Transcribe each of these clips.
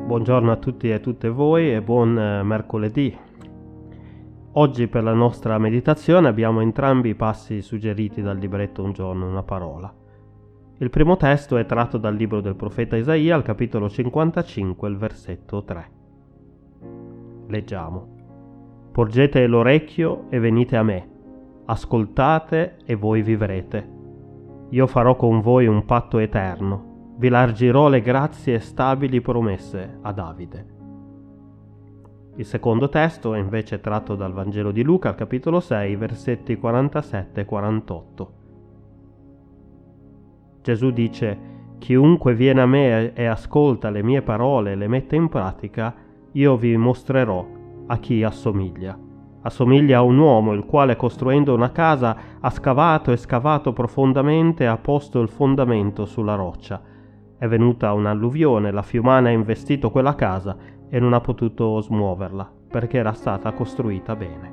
Buongiorno a tutti e a tutte voi e buon mercoledì. Oggi per la nostra meditazione abbiamo entrambi i passi suggeriti dal libretto Un giorno, una parola. Il primo testo è tratto dal libro del profeta Isaia, al capitolo 55, il versetto 3. Leggiamo: Porgete l'orecchio e venite a me, ascoltate e voi vivrete. Io farò con voi un patto eterno, vi largirò le grazie stabili promesse a Davide. Il secondo testo è invece tratto dal Vangelo di Luca, al capitolo 6, versetti 47 e 48. Gesù dice: chiunque viene a me e ascolta le mie parole e le mette in pratica, io vi mostrerò a chi assomiglia. Assomiglia a un uomo il quale, costruendo una casa, ha scavato e scavato profondamente e ha posto il fondamento sulla roccia. È venuta un'alluvione, la fiumana ha investito quella casa e non ha potuto smuoverla perché era stata costruita bene.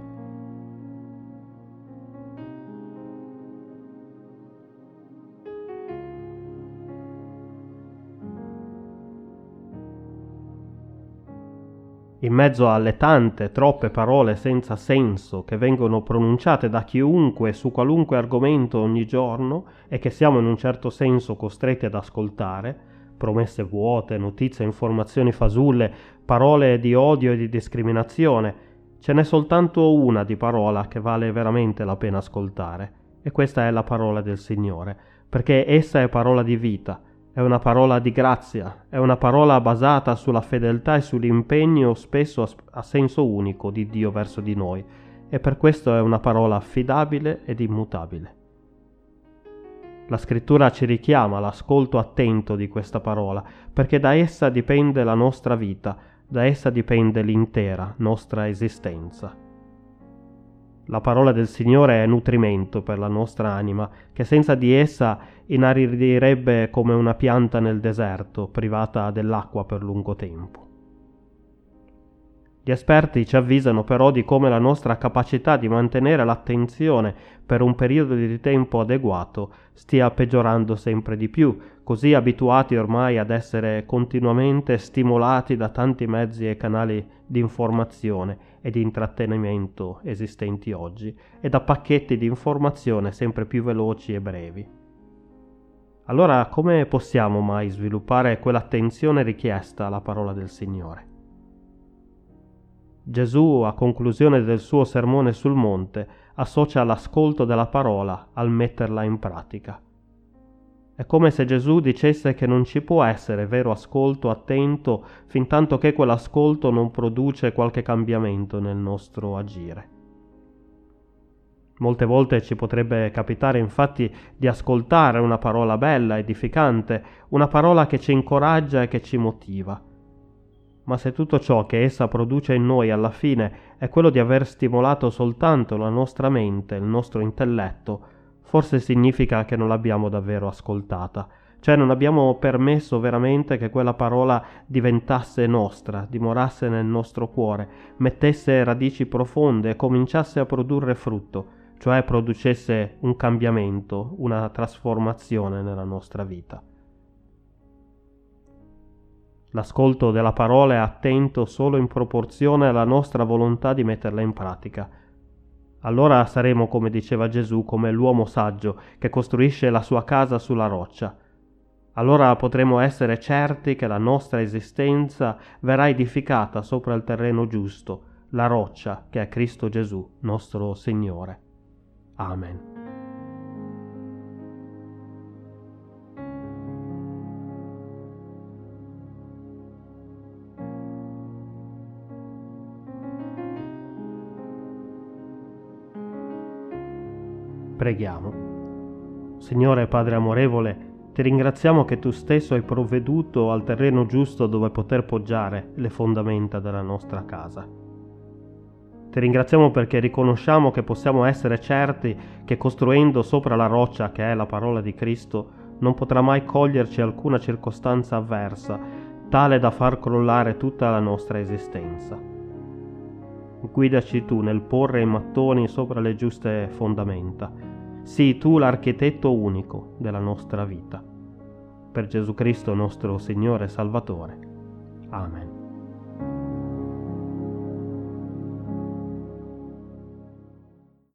In mezzo alle tante, troppe parole senza senso che vengono pronunciate da chiunque su qualunque argomento ogni giorno e che siamo in un certo senso costretti ad ascoltare, promesse vuote, notizie e informazioni fasulle, parole di odio e di discriminazione, ce n'è soltanto una di parola che vale veramente la pena ascoltare, e questa è la parola del Signore, perché essa è parola di vita. È una parola di grazia, è una parola basata sulla fedeltà e sull'impegno spesso a senso unico di Dio verso di noi, e per questo è una parola affidabile ed immutabile. La Scrittura ci richiama all'ascolto attento di questa parola, perché da essa dipende la nostra vita, da essa dipende l'intera nostra esistenza. La parola del Signore è nutrimento per la nostra anima, che senza di essa inaridirebbe come una pianta nel deserto, privata dell'acqua per lungo tempo. Gli esperti ci avvisano però di come la nostra capacità di mantenere l'attenzione per un periodo di tempo adeguato stia peggiorando sempre di più, così abituati ormai ad essere continuamente stimolati da tanti mezzi e canali di informazione e di intrattenimento esistenti oggi e da pacchetti di informazione sempre più veloci e brevi. Allora, come possiamo mai sviluppare quell'attenzione richiesta alla parola del Signore? Gesù, a conclusione del suo sermone sul monte, associa l'ascolto della parola al metterla in pratica. È come se Gesù dicesse che non ci può essere vero ascolto attento fintanto che quell'ascolto non produce qualche cambiamento nel nostro agire. Molte volte ci potrebbe capitare infatti di ascoltare una parola bella, edificante, una parola che ci incoraggia e che ci motiva. Ma se tutto ciò che essa produce in noi alla fine è quello di aver stimolato soltanto la nostra mente, il nostro intelletto, forse significa che non l'abbiamo davvero ascoltata, cioè non abbiamo permesso veramente che quella parola diventasse nostra, dimorasse nel nostro cuore, mettesse radici profonde e cominciasse a produrre frutto, cioè producesse un cambiamento, una trasformazione nella nostra vita. L'ascolto della parola è attento solo in proporzione alla nostra volontà di metterla in pratica. Allora saremo, come diceva Gesù, come l'uomo saggio che costruisce la sua casa sulla roccia. Allora potremo essere certi che la nostra esistenza verrà edificata sopra il terreno giusto, la roccia che è Cristo Gesù, nostro Signore. Amen. Preghiamo. Signore Padre amorevole, ti ringraziamo che tu stesso hai provveduto al terreno giusto dove poter poggiare le fondamenta della nostra casa. Ti ringraziamo perché riconosciamo che possiamo essere certi che costruendo sopra la roccia che è la parola di Cristo non potrà mai coglierci alcuna circostanza avversa, tale da far crollare tutta la nostra esistenza. Guidaci tu nel porre i mattoni sopra le giuste fondamenta. Sii tu l'architetto unico della nostra vita. Per Gesù Cristo nostro Signore e Salvatore. Amen.